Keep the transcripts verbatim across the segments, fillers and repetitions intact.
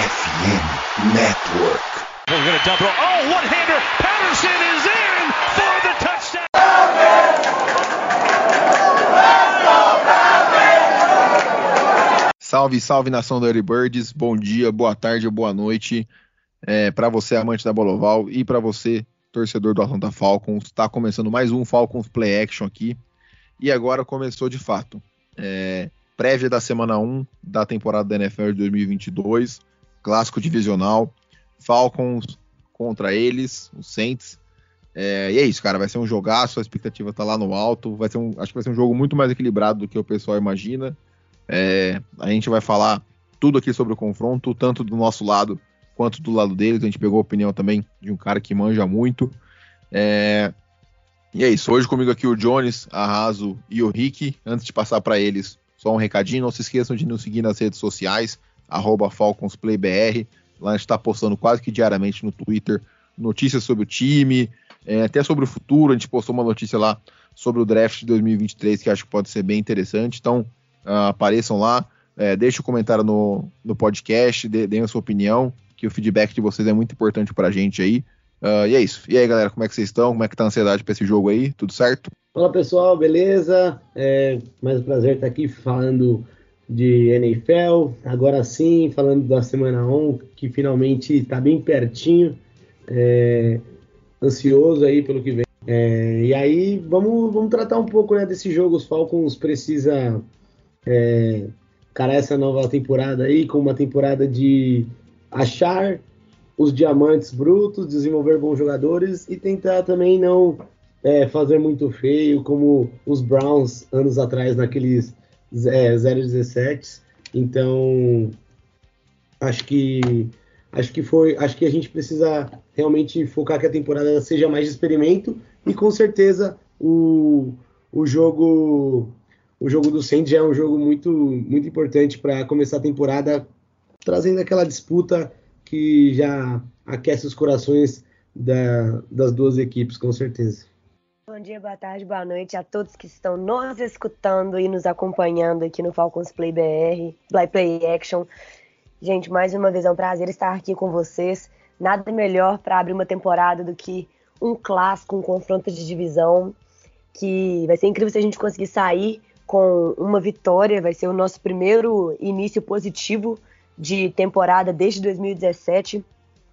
F M Network. We're going to double. Oh, one-hander. Patterson is in for the touchdown. Salve, salve, nação do Early Birds. Bom dia, boa tarde, boa noite. É, para você, amante da bola oval, e para você, torcedor do Atlanta Falcons. Está começando mais um Falcons Play Action aqui. E agora começou de fato. É, prévia da semana um da temporada da N F L de dois mil e vinte e dois. Clássico divisional. Falcons contra eles, os Saints. É, e é isso, cara. Vai ser um jogaço. A expectativa tá lá no alto. Vai ser um, acho que vai ser um jogo muito mais equilibrado do que o pessoal imagina. É, a gente vai falar tudo aqui sobre o confronto, tanto do nosso lado quanto do lado deles. A gente pegou a opinião também de um cara que manja muito. É, e é isso. Hoje comigo aqui o Jones, Arraso e o Rick. Antes de passar para eles, só um recadinho. Não se esqueçam de nos seguir nas redes sociais, arroba FalconsPlayBR. Lá a gente está postando quase que diariamente no Twitter notícias sobre o time, é, até sobre o futuro. A gente postou uma notícia lá sobre o draft de dois mil e vinte e três que acho que pode ser bem interessante. Então, Uh, apareçam lá, é, deixem o um comentário no, no podcast, dê, deem a sua opinião, que o feedback de vocês é muito importante pra gente aí. Uh, e é isso. E aí, galera, como é que vocês estão? Como é que tá a ansiedade pra esse jogo aí? Tudo certo? Fala, pessoal, beleza? É mais um prazer estar aqui falando de N F L. Agora sim, falando da semana um, que finalmente tá bem pertinho. É, ansioso aí pelo que vem. É, e aí, vamos, vamos tratar um pouco, né, desse jogo. Os Falcons precisam É, cara, essa nova temporada aí, com uma temporada de achar os diamantes brutos, desenvolver bons jogadores e tentar também não é, fazer muito feio, como os Browns anos atrás, naqueles é, zero dezessete. Então, acho que acho que foi, acho que a gente precisa realmente focar que a temporada seja mais de experimento e com certeza o, o jogo O jogo do Saints já é um jogo muito, muito importante para começar a temporada, trazendo aquela disputa que já aquece os corações da, das duas equipes, com certeza. Bom dia, boa tarde, boa noite a todos que estão nos escutando e nos acompanhando aqui no Falcons Play B R, Play Play Action. Gente, mais uma vez é um prazer estar aqui com vocês. Nada melhor para abrir uma temporada do que um clássico, um confronto de divisão, que vai ser incrível se a gente conseguir sair com uma vitória. Vai ser o nosso primeiro início positivo de temporada desde dois mil e dezessete.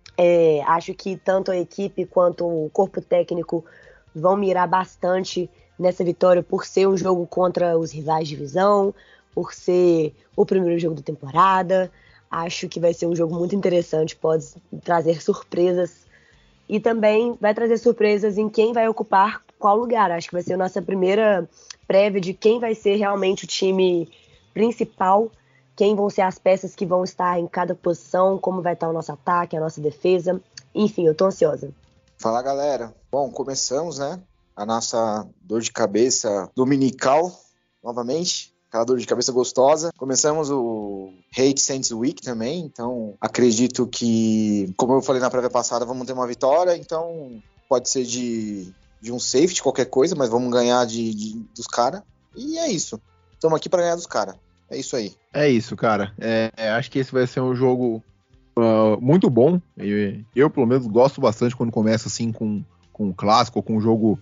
É, acho que tanto a equipe quanto o corpo técnico vão mirar bastante nessa vitória por ser um jogo contra os rivais de divisão, por ser o primeiro jogo da temporada. Acho que vai ser um jogo muito interessante, pode trazer surpresas e também vai trazer surpresas em quem vai ocupar qual lugar. Acho que vai ser a nossa primeira prévia de quem vai ser realmente o time principal, quem vão ser as peças que vão estar em cada posição, como vai estar o nosso ataque, a nossa defesa. Enfim, eu tô ansiosa. Fala, galera. Bom, começamos, né, a nossa dor de cabeça dominical, novamente, aquela dor de cabeça gostosa. Começamos o Hate Saints Week também, então acredito que, como eu falei na prévia passada, vamos ter uma vitória, então pode ser de... de um safety, qualquer coisa, mas vamos ganhar de, de, dos caras. E é isso. Estamos aqui para ganhar dos caras. É isso aí. É isso, cara. É, acho que esse vai ser um jogo uh, muito bom. Eu, eu, pelo menos, gosto bastante quando começa assim com, com um clássico, com um jogo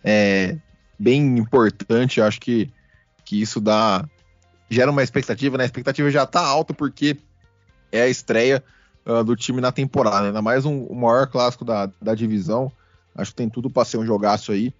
é, bem importante. Acho que, que isso dá gera uma expectativa, né? A expectativa já tá alta porque é a estreia uh, do time na temporada. Ainda mais um, o maior clássico da, da divisão. Acho que tem tudo para ser um jogaço aí.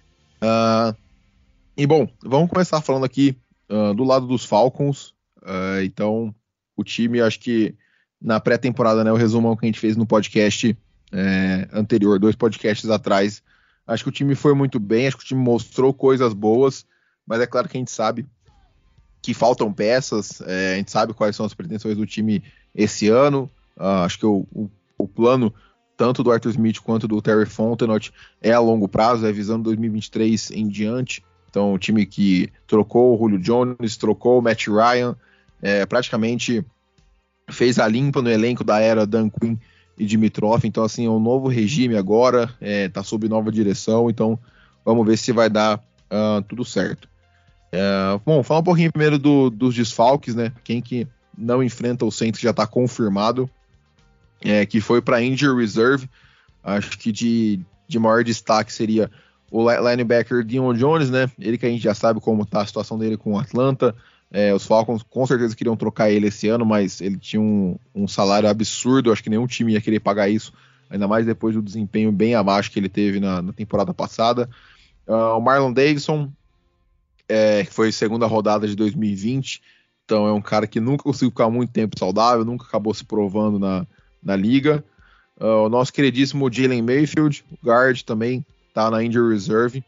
Uh, e bom, vamos começar falando aqui uh, do lado dos Falcons. Uh, então, o time, acho que na pré-temporada, né, o resumão que a gente fez no podcast é, anterior, dois podcasts atrás, acho que o time foi muito bem, acho que o time mostrou coisas boas, mas é claro que a gente sabe que faltam peças, é, a gente sabe quais são as pretensões do time esse ano. Uh, acho que o, o, o plano tanto do Arthur Smith quanto do Terry Fontenot é a longo prazo, é visando dois mil e vinte e três em diante. Então, o time que trocou o Julio Jones, trocou o Matt Ryan, é, praticamente fez a limpa no elenco da era Dan Quinn e Dimitroff. Então, assim, é um novo regime agora, é, tá sob nova direção. Então, vamos ver se vai dar uh, tudo certo. É, bom, falar um pouquinho primeiro do, dos desfalques, né? Quem que não enfrenta o Saints já está confirmado. é, que foi para injury reserve. Acho que de, de maior destaque seria o linebacker Dion Jones, né? Ele que a gente já sabe como tá a situação dele com o Atlanta. É, os Falcons com certeza queriam trocar ele esse ano, mas ele tinha um, um salário absurdo. Acho que nenhum time ia querer pagar isso, ainda mais depois do desempenho bem abaixo que ele teve na, na temporada passada. Uh, o Marlon Davidson, é, que foi segunda rodada de dois mil e vinte, então é um cara que nunca conseguiu ficar muito tempo saudável, nunca acabou se provando na, na liga. Uh, o nosso queridíssimo Jalen Mayfield, o guard, também tá na injury reserve.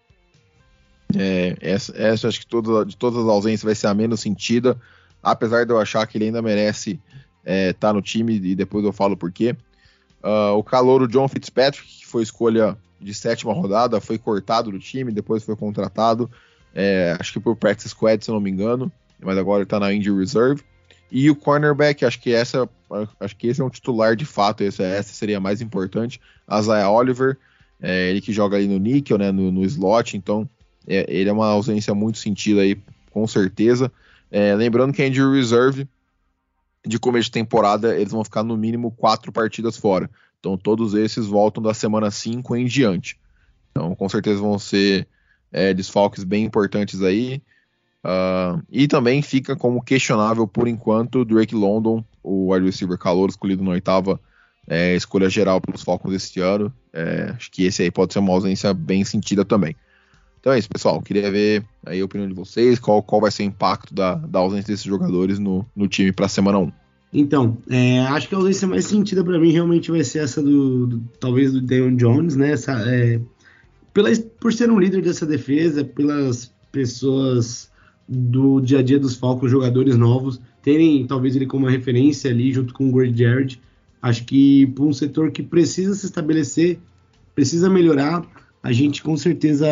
É, essa, essa acho que toda, de todas as ausências vai ser a menos sentida, apesar de eu achar que ele ainda merece estar é, tá no time, e depois eu falo por quê. Uh, o calouro John Fitzpatrick, que foi escolha de sétima rodada, foi cortado do time, depois foi contratado, é, acho que por practice squad, se eu não me engano, mas agora ele tá na injury reserve. E o cornerback, acho que essa, acho que esse é um titular de fato, essa, essa seria a mais importante, Isaiah Oliver, é, ele que joga ali no níquel, né, no, no slot, então é, ele é uma ausência muito sentida aí, com certeza. É, lembrando que a injury reserve de começo de temporada, eles vão ficar no mínimo quatro partidas fora. Então todos esses voltam da semana cinco em diante. Então com certeza vão ser é, desfalques bem importantes aí. Uh, e também fica como questionável por enquanto o Drake London, o wide receiver calouro escolhido na oitava é, escolha geral pelos Falcons este ano. É, acho que esse aí pode ser uma ausência bem sentida também. Então é isso, pessoal. Queria ver aí a opinião de vocês, qual, qual vai ser o impacto da, da ausência desses jogadores no, no time para a semana um. Então, é, acho que a ausência mais sentida para mim realmente vai ser essa do, do talvez do Deion Jones, né? Essa, é, pela, por ser um líder dessa defesa, pelas pessoas do dia a dia dos Falcons, jogadores novos, terem talvez ele como uma referência ali junto com o Grady Jarrett. Acho que para um setor que precisa se estabelecer, precisa melhorar, a gente com certeza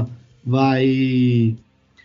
vai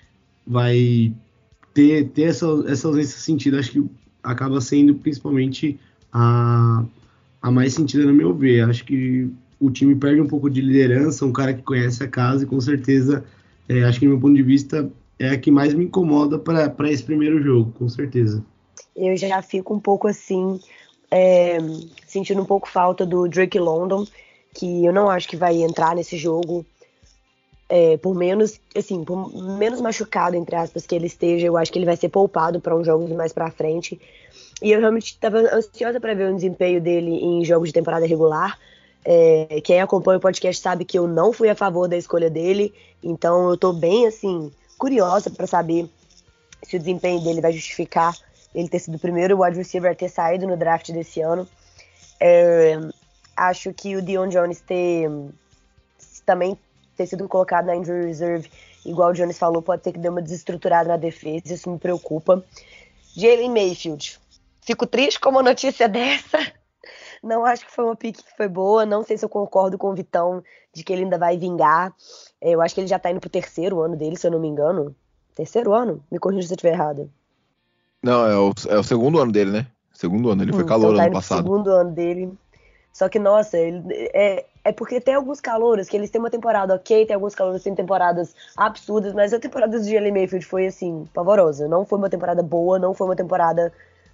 vai ter, ter essa, essa ausência sentida. Acho que acaba sendo principalmente a, a mais sentida no meu ver. Acho que o time perde um pouco de liderança, um cara que conhece a casa, e com certeza, é, acho que no meu ponto de vista, é a que mais me incomoda para esse primeiro jogo, com certeza. Eu já fico um pouco assim, é, sentindo um pouco falta do Drake London, que eu não acho que vai entrar nesse jogo, é, por menos, assim, por menos machucado, entre aspas, que ele esteja. Eu acho que ele vai ser poupado para uns jogos mais para frente. E eu realmente estava ansiosa para ver o desempenho dele em jogos de temporada regular. É, quem acompanha o podcast sabe que eu não fui a favor da escolha dele, então eu tô bem, assim, curiosa para saber se o desempenho dele vai justificar ele ter sido o primeiro wide receiver a ter saído no draft desse ano. É, acho que o Deion Jones ter também ter sido colocado na injury reserve, igual o Jones falou, pode ser que dê uma desestruturada na defesa, isso me preocupa. Jalen Mayfield, fico triste com uma notícia dessa. Não acho que foi uma pick que foi boa, não sei se eu concordo com o Vitão de que ele ainda vai vingar. Eu acho que ele já tá indo pro terceiro ano dele, se eu não me engano. Terceiro ano? Me corrija se eu estiver errado. Não, é o, é o segundo ano dele, né? Segundo ano, ele hum, foi calouro então tá ano passado. Segundo ano dele. Só que, nossa, ele, é, é porque tem alguns calouros que eles têm uma temporada ok, tem alguns calouros que têm temporadas absurdas, mas a temporada do Jalen Mayfield foi, assim, pavorosa. Não foi uma temporada boa, não foi uma temporada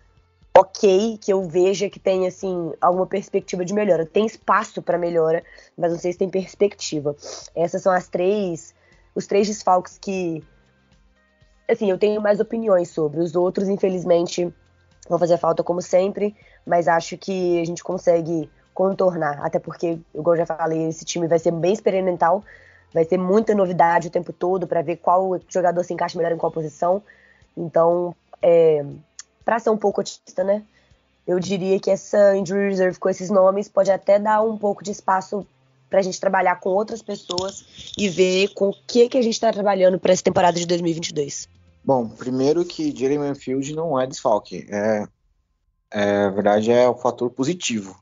ok, que eu veja que tem, assim, alguma perspectiva de melhora. Tem espaço para melhora, mas não sei se tem perspectiva. Essas são as três, os três desfalques que, assim, eu tenho mais opiniões sobre. Os outros, infelizmente, vão fazer falta como sempre, mas acho que a gente consegue contornar, até porque, igual eu já falei, esse time vai ser bem experimental, vai ter muita novidade o tempo todo para ver qual jogador se encaixa melhor em qual posição. Então, é, para ser um pouco otimista, né, eu diria que essa injury reserve com esses nomes pode até dar um pouco de espaço para a gente trabalhar com outras pessoas e ver com o que, que a gente está trabalhando para essa temporada de dois mil e vinte e dois. Bom, primeiro que Jalen Mayfield não é desfalque, é, é, na verdade é o fator positivo.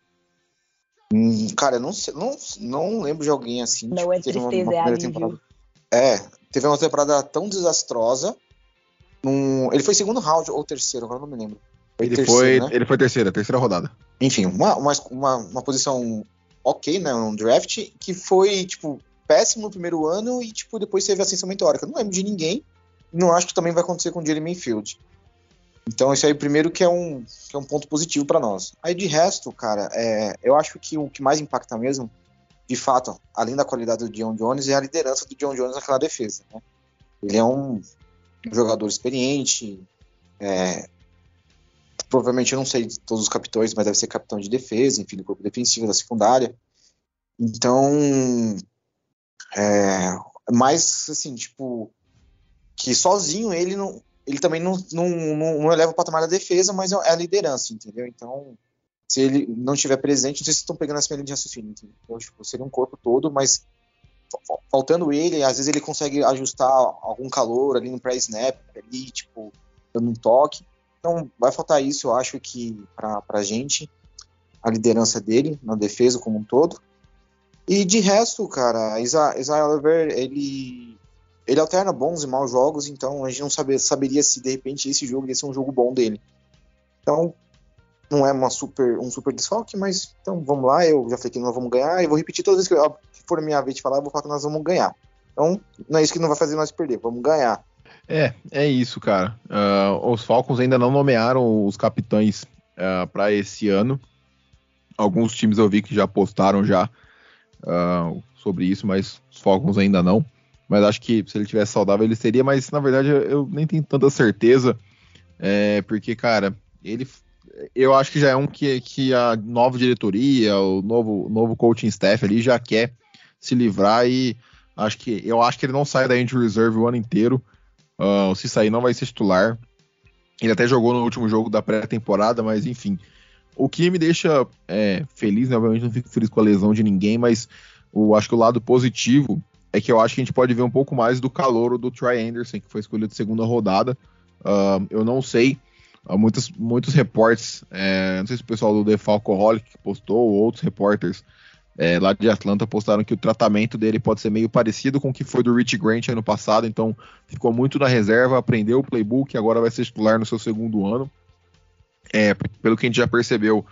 Hum, cara, eu não, sei, não, não lembro de alguém assim. Não tipo, é teve tristeza, uma, uma é primeira alívio. temporada. É, teve uma temporada tão desastrosa. Num, ele foi segundo round ou terceiro, agora não me lembro. Foi Ele, terceiro, foi, né? ele foi terceira, terceira rodada. Enfim, uma, uma, uma, uma posição ok, né? Um draft que foi, tipo, péssimo no primeiro ano e, tipo, depois teve ascensão meteórica. Não lembro de ninguém. Não acho que também vai acontecer com o Jalen Mayfield. Então, isso aí, primeiro, que é um, que é um ponto positivo para nós. Aí, de resto, cara, é, eu acho que o que mais impacta mesmo, de fato, além da qualidade do John Jones, é a liderança do John Jones naquela defesa, né? Ele é um jogador experiente, é, provavelmente, eu não sei de todos os capitães, mas deve ser capitão de defesa, enfim, do corpo defensivo, da secundária. Então, é, mas, assim, tipo, que sozinho ele não... ele também não, não, não, não eleva o patamar da defesa, mas é a liderança, entendeu? Então, se ele não estiver presente, não sei se estão pegando essa minha linha de raciocínio, entendeu? Então, tipo, seria um corpo todo, mas faltando ele, às vezes ele consegue ajustar algum calor ali no pré-snap, ali, tipo, dando um toque. Então, vai faltar isso, eu acho que pra, pra gente, a liderança dele na defesa como um todo. E de resto, cara, Isaiah Isa Oliver, ele... ele alterna bons e maus jogos, então a gente não saber, saberia se de repente esse jogo ia ser um jogo bom dele. Então, não é uma super, um super desfalque, mas então vamos lá, eu já falei que nós vamos ganhar, e vou repetir todas as vezes que, eu, que for a minha vez de falar, eu vou falar que nós vamos ganhar. Então, não é isso que não vai fazer nós perder, vamos ganhar. É, é isso, cara. Uh, os Falcons ainda não nomearam os capitães uh, para esse ano. Alguns times eu vi que já postaram já uh, sobre isso, mas os Falcons ainda não. Mas acho que se ele tivesse saudável ele seria, mas na verdade eu nem tenho tanta certeza, é, porque, cara, ele, eu acho que já é um que, que a nova diretoria, o novo, novo coaching staff ali já quer se livrar e acho que, eu acho que ele não sai da injury reserve o ano inteiro, uh, se sair não vai ser titular, ele até jogou no último jogo da pré-temporada, mas enfim, o que me deixa é, feliz, né, obviamente não fico feliz com a lesão de ninguém, mas o, acho que o lado positivo é que eu acho que a gente pode ver um pouco mais do calouro do Trey Anderson, que foi escolhido de segunda rodada. Uh, eu não sei, uh, muitos, muitos reportes, é, não sei se o pessoal do The Falcoholic postou, ou outros repórteres é, lá de Atlanta postaram que o tratamento dele pode ser meio parecido com o que foi do Rich Grant ano passado, então ficou muito na reserva, aprendeu o playbook, agora vai ser titular no seu segundo ano. É, pelo que a gente já percebeu,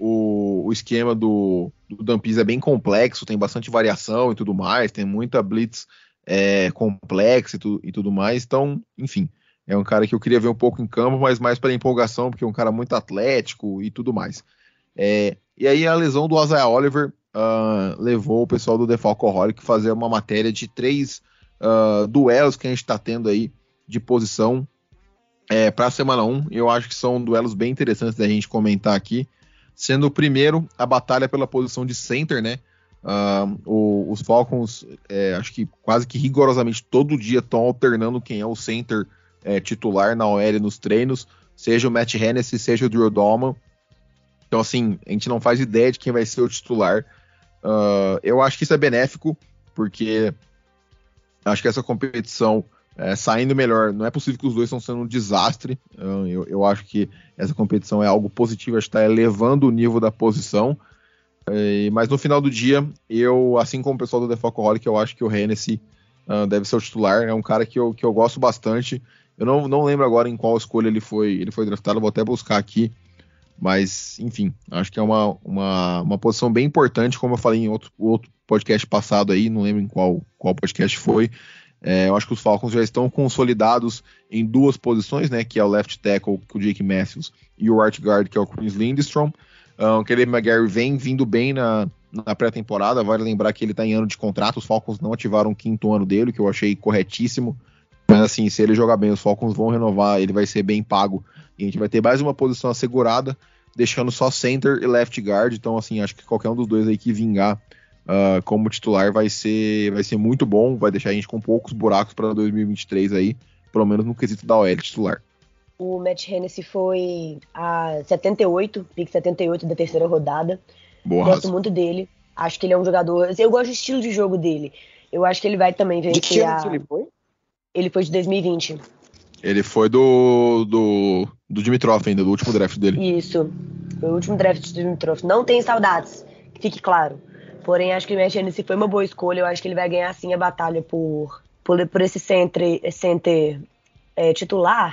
O, o esquema do, do Dumpies é bem complexo, tem bastante variação e tudo mais, tem muita blitz é, complexa e, tu, e tudo mais, então, enfim, é um cara que eu queria ver um pouco em campo, mas mais pela empolgação, porque é um cara muito atlético e tudo mais. É, e aí a lesão do Isaiah Oliver uh, levou o pessoal do The Falcoholic a fazer uma matéria de três uh, duelos que a gente está tendo aí de posição é, para a semana um, e eu acho que são duelos bem interessantes da gente comentar aqui. Sendo o primeiro a batalha pela posição de center, né? Uh, o, os Falcons, é, acho que quase que rigorosamente todo dia estão alternando quem é o center é, titular na O L nos treinos, seja o Matt Hennessy, seja o Drew Dalman. Então, assim, a gente não faz ideia de quem vai ser o titular. Uh, eu acho que isso é benéfico, porque acho que essa competição É, saindo melhor, não é possível que os dois estão sendo um desastre. Eu, eu acho que essa competição é algo positivo, acho que está elevando o nível da posição. É, mas no final do dia, eu, assim como o pessoal do The Falcoholic, eu acho que o Hennessy uh, deve ser o titular. É um cara que eu, que eu gosto bastante. Eu não, não lembro agora em qual escolha ele foi, ele foi draftado, vou até buscar aqui. Mas, enfim, acho que é uma, uma, uma posição bem importante, como eu falei em outro, outro podcast passado aí, não lembro em qual, qual podcast foi. É, eu acho que os Falcons já estão consolidados em duas posições, né, que é o left tackle, que é o Jake Matthews, e o right guard, que é o Chris Lindstrom. Um, o Caleb McGarry vem vindo bem na, na pré-temporada, vale lembrar que ele está em ano de contrato, os Falcons não ativaram o quinto ano dele, que eu achei corretíssimo, mas assim, se ele jogar bem, os Falcons vão renovar, ele vai ser bem pago, e a gente vai ter mais uma posição assegurada, deixando só center e left guard, então assim, acho que qualquer um dos dois aí que vingar Uh, como titular vai ser, vai ser muito bom, vai deixar a gente com poucos buracos para dois mil e vinte e três aí, pelo menos no quesito da O L titular. O Matt Hennessy foi a setenta e oito, pick setenta e oito da terceira rodada. Boa Gosto razão. muito dele. Acho que ele é um jogador. Eu gosto do estilo de jogo dele. Eu acho que ele vai também vencer. De que ano a... que ele foi? Ele foi de dois mil e vinte. Ele foi do, do, do Dimitrov ainda, do último draft dele. Isso. Foi o último draft do Dimitrov. Não tem saudades, que fique claro. Porém, acho que o Matt Hennessy foi uma boa escolha. Eu acho que ele vai ganhar, sim, a batalha por, por, por esse center, center é, titular.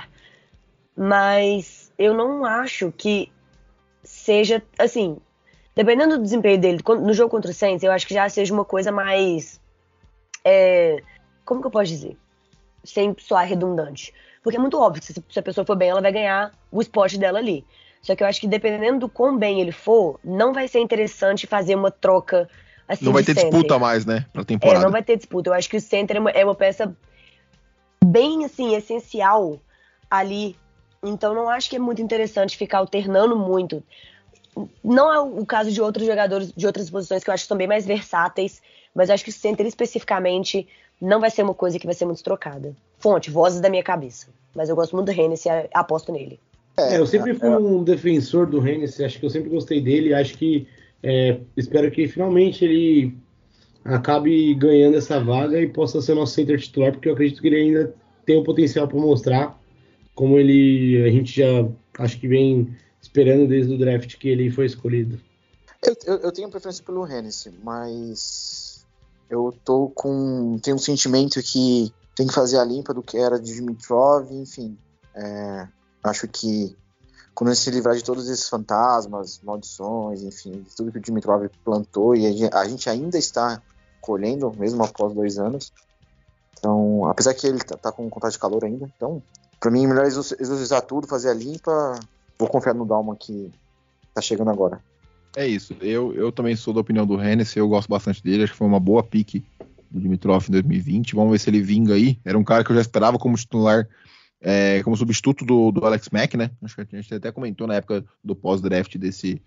Mas eu não acho que seja, assim... Dependendo do desempenho dele no jogo contra o Saints, eu acho que já seja uma coisa mais... É, como que eu posso dizer? Sem soar redundante. porque é muito óbvio que se, se a pessoa for bem, ela vai ganhar o spot dela ali. Só que eu acho que dependendo do quão bem ele for, não vai ser interessante fazer uma troca assim. Não vai de ter center. disputa mais, né, pra temporada. É, não vai ter disputa. Eu acho que o center é uma, é uma peça bem, assim, essencial ali. Então não acho que é muito interessante ficar alternando muito. Não é o caso de outros jogadores de outras posições que eu acho que são bem mais versáteis, mas eu acho que o center especificamente não vai ser uma coisa que vai ser muito trocada. Fonte, vozes da minha cabeça. Mas eu gosto muito do Hennessy e aposto nele. É, eu sempre fui um defensor do Hennessy, acho que eu sempre gostei dele, acho que é, espero que finalmente ele acabe ganhando essa vaga e possa ser nosso center titular, porque eu acredito que ele ainda tem o potencial para mostrar, como ele, a gente já acho que vem esperando desde o draft que ele foi escolhido. Eu, eu, eu tenho preferência pelo Hennessy, mas eu tô com tenho um sentimento que tem que fazer a limpa do que era de Dimitrov, enfim. É, acho que quando ele se livrar de todos esses fantasmas, maldições, enfim, de tudo que o Dimitrov plantou, e a gente ainda está colhendo, mesmo após dois anos. Então, apesar que ele tá, tá com contato de calor ainda, então, pra mim, melhor exorcizar tudo, fazer a limpa. Vou confiar no Dalma que tá chegando agora. É isso, eu, eu também sou da opinião do Hennessy, eu gosto bastante dele, acho que foi uma boa pique do Dimitrov em dois mil e vinte, vamos ver se ele vinga aí. Era um cara que eu já esperava como titular, é, como substituto do, do Alex Mack, né? Acho que a gente até comentou na época do pós-draft desse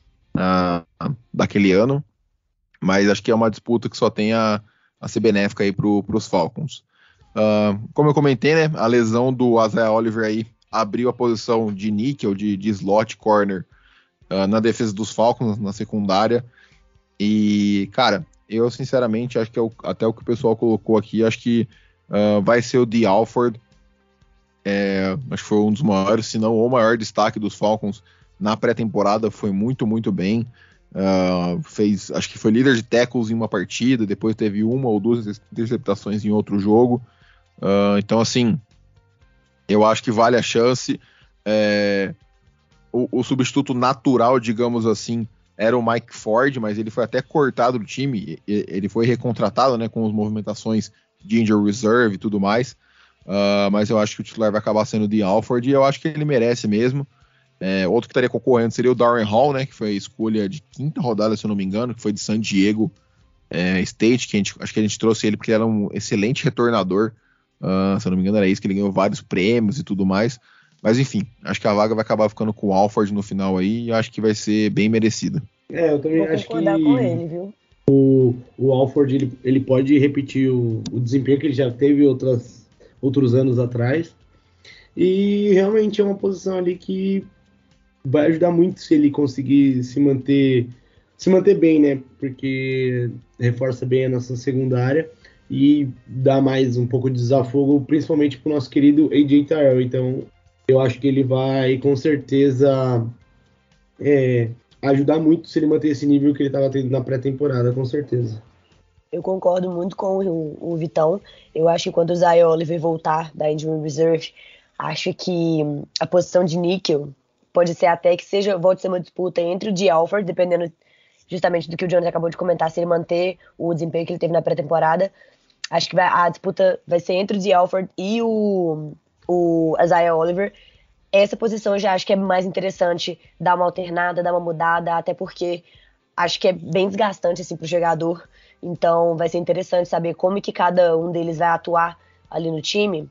uh, daquele ano, mas acho que é uma disputa que só tem a, a ser benéfica aí pro, pros Falcons. Uh, como eu comentei, né? A lesão do Isaiah Oliver aí abriu a posição de níquel, de, de slot corner uh, na defesa dos Falcons, na secundária. E, cara, eu sinceramente acho que é o, até o que o pessoal colocou aqui, acho que uh, vai ser o Dee Alford. É, acho que foi um dos maiores, se não o maior destaque dos Falcons na pré-temporada, foi muito, muito bem. Uh, fez, acho que foi líder de tackles em uma partida, depois teve uma ou duas interceptações em outro jogo. Uh, então, assim, eu acho que vale a chance. É, o, o substituto natural, digamos assim, era o Mike Ford, mas ele foi até cortado do time. Ele foi recontratado, né, com as movimentações de injury reserve e tudo mais. Uh, mas eu acho que o titular vai acabar sendo o Dee Alford e eu acho que ele merece mesmo. É, outro que estaria concorrendo seria o Darren Hall, né, que foi a escolha de quinta rodada, se eu não me engano, que foi de San Diego é, State, que a gente, acho que a gente trouxe ele porque ele era um excelente retornador. Uh, se eu não me engano era isso, que ele ganhou vários prêmios e tudo mais. Mas enfim, acho que a vaga vai acabar ficando com o Alford no final aí e acho que vai ser bem merecida. É, eu também Vou acho que com ele, viu? O, o Alford ele, ele pode repetir o, o desempenho que ele já teve outras, outros anos atrás. E realmente é uma posição ali que vai ajudar muito se ele conseguir se manter, se manter bem, né? Porque reforça bem a nossa secundária e dá mais um pouco de desafogo, principalmente para o nosso querido A J Terrell. Então, eu acho que ele vai, com certeza, é, ajudar muito se ele manter esse nível que ele estava tendo na pré-temporada, com certeza. Eu concordo muito com o, o Vitão. Eu acho que quando o Isaiah Oliver voltar da Injury Reserve, acho que a posição de níquel pode ser até que seja, volte a ser uma disputa entre o Dee Alford, dependendo justamente do que o Jonas acabou de comentar, se ele manter o desempenho que ele teve na pré-temporada. Acho que vai, a disputa vai ser entre o Dee Alford e o, o Isaiah Oliver. Essa posição eu já acho que é mais interessante dar uma alternada, dar uma mudada, até porque acho que é bem desgastante assim, para o jogador. Então vai ser interessante saber como que cada um deles vai atuar ali no time.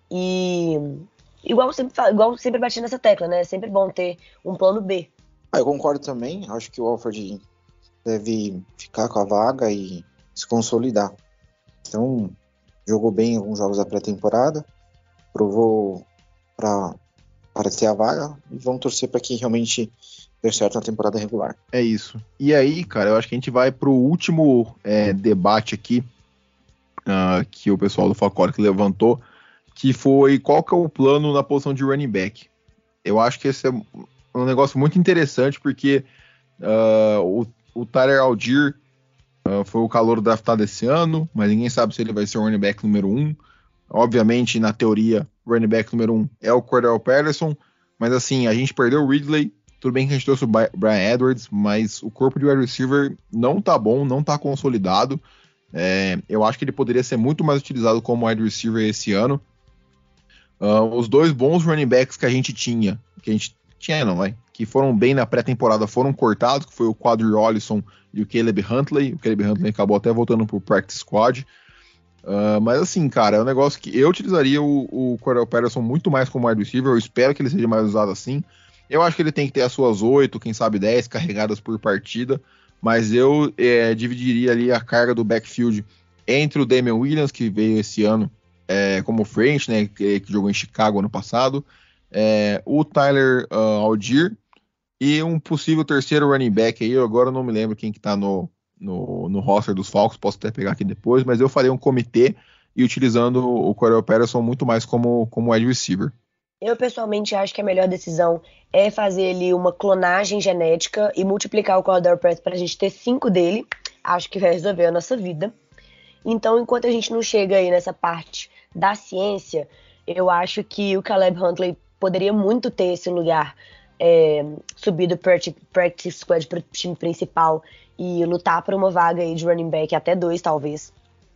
E igual sempre, igual sempre bati nessa tecla, né? É sempre bom ter um plano B. Ah, eu concordo também. Acho que o Alford deve ficar com a vaga e se consolidar. Então, jogou bem alguns jogos da pré-temporada, provou para para ter a vaga e vamos torcer para que realmente dê certo na temporada regular. É isso. E aí, cara, eu acho que a gente vai pro último é, debate aqui uh, que o pessoal do Falcoric levantou, que foi qual que é o plano na posição de running back. Eu acho que esse é um negócio muito interessante, porque uh, o, o Tyler Allgeier uh, foi o calouro draftado esse ano, mas ninguém sabe se ele vai ser o running back número um. Obviamente, na teoria, o running back número um é o Cordell Patterson, mas assim, a gente perdeu o Ridley, tudo bem que a gente trouxe o Brian Edwards, mas o corpo de wide receiver não tá bom, não tá consolidado. É, eu acho que ele poderia ser muito mais utilizado como wide receiver esse ano. Uh, os dois bons running backs que a gente tinha, que a gente tinha não, vai, que foram bem na pré-temporada, foram cortados, que foi o Quadri Ollison e o Caleb Huntley. O Caleb Huntley acabou até voltando pro practice squad. Uh, mas assim, cara, é um negócio que eu utilizaria o, o Cordell Patterson muito mais como wide receiver. Eu espero que ele seja mais usado assim. Eu acho que ele tem que ter as suas oito, quem sabe dez carregadas por partida, mas eu é, dividiria ali a carga do backfield entre o Damian Williams, que veio esse ano é, como frente, né, que, que jogou em Chicago ano passado, é, o Tyler uh, Algier e um possível terceiro running back aí. Eu agora não me lembro quem que tá no, no, no roster dos Falcons, posso até pegar aqui depois, mas eu faria um comitê e utilizando o Cordell Patterson muito mais como, como wide receiver. Eu, pessoalmente, acho que a melhor decisão é fazer ali uma clonagem genética e multiplicar o Cordell Patterson para a gente ter cinco dele. Acho que vai resolver a nossa vida. Então, enquanto a gente não chega aí nessa parte da ciência, eu acho que o Caleb Huntley poderia muito ter esse lugar, é, subir do practice squad para o time principal e lutar por uma vaga aí de running back, até dois, talvez.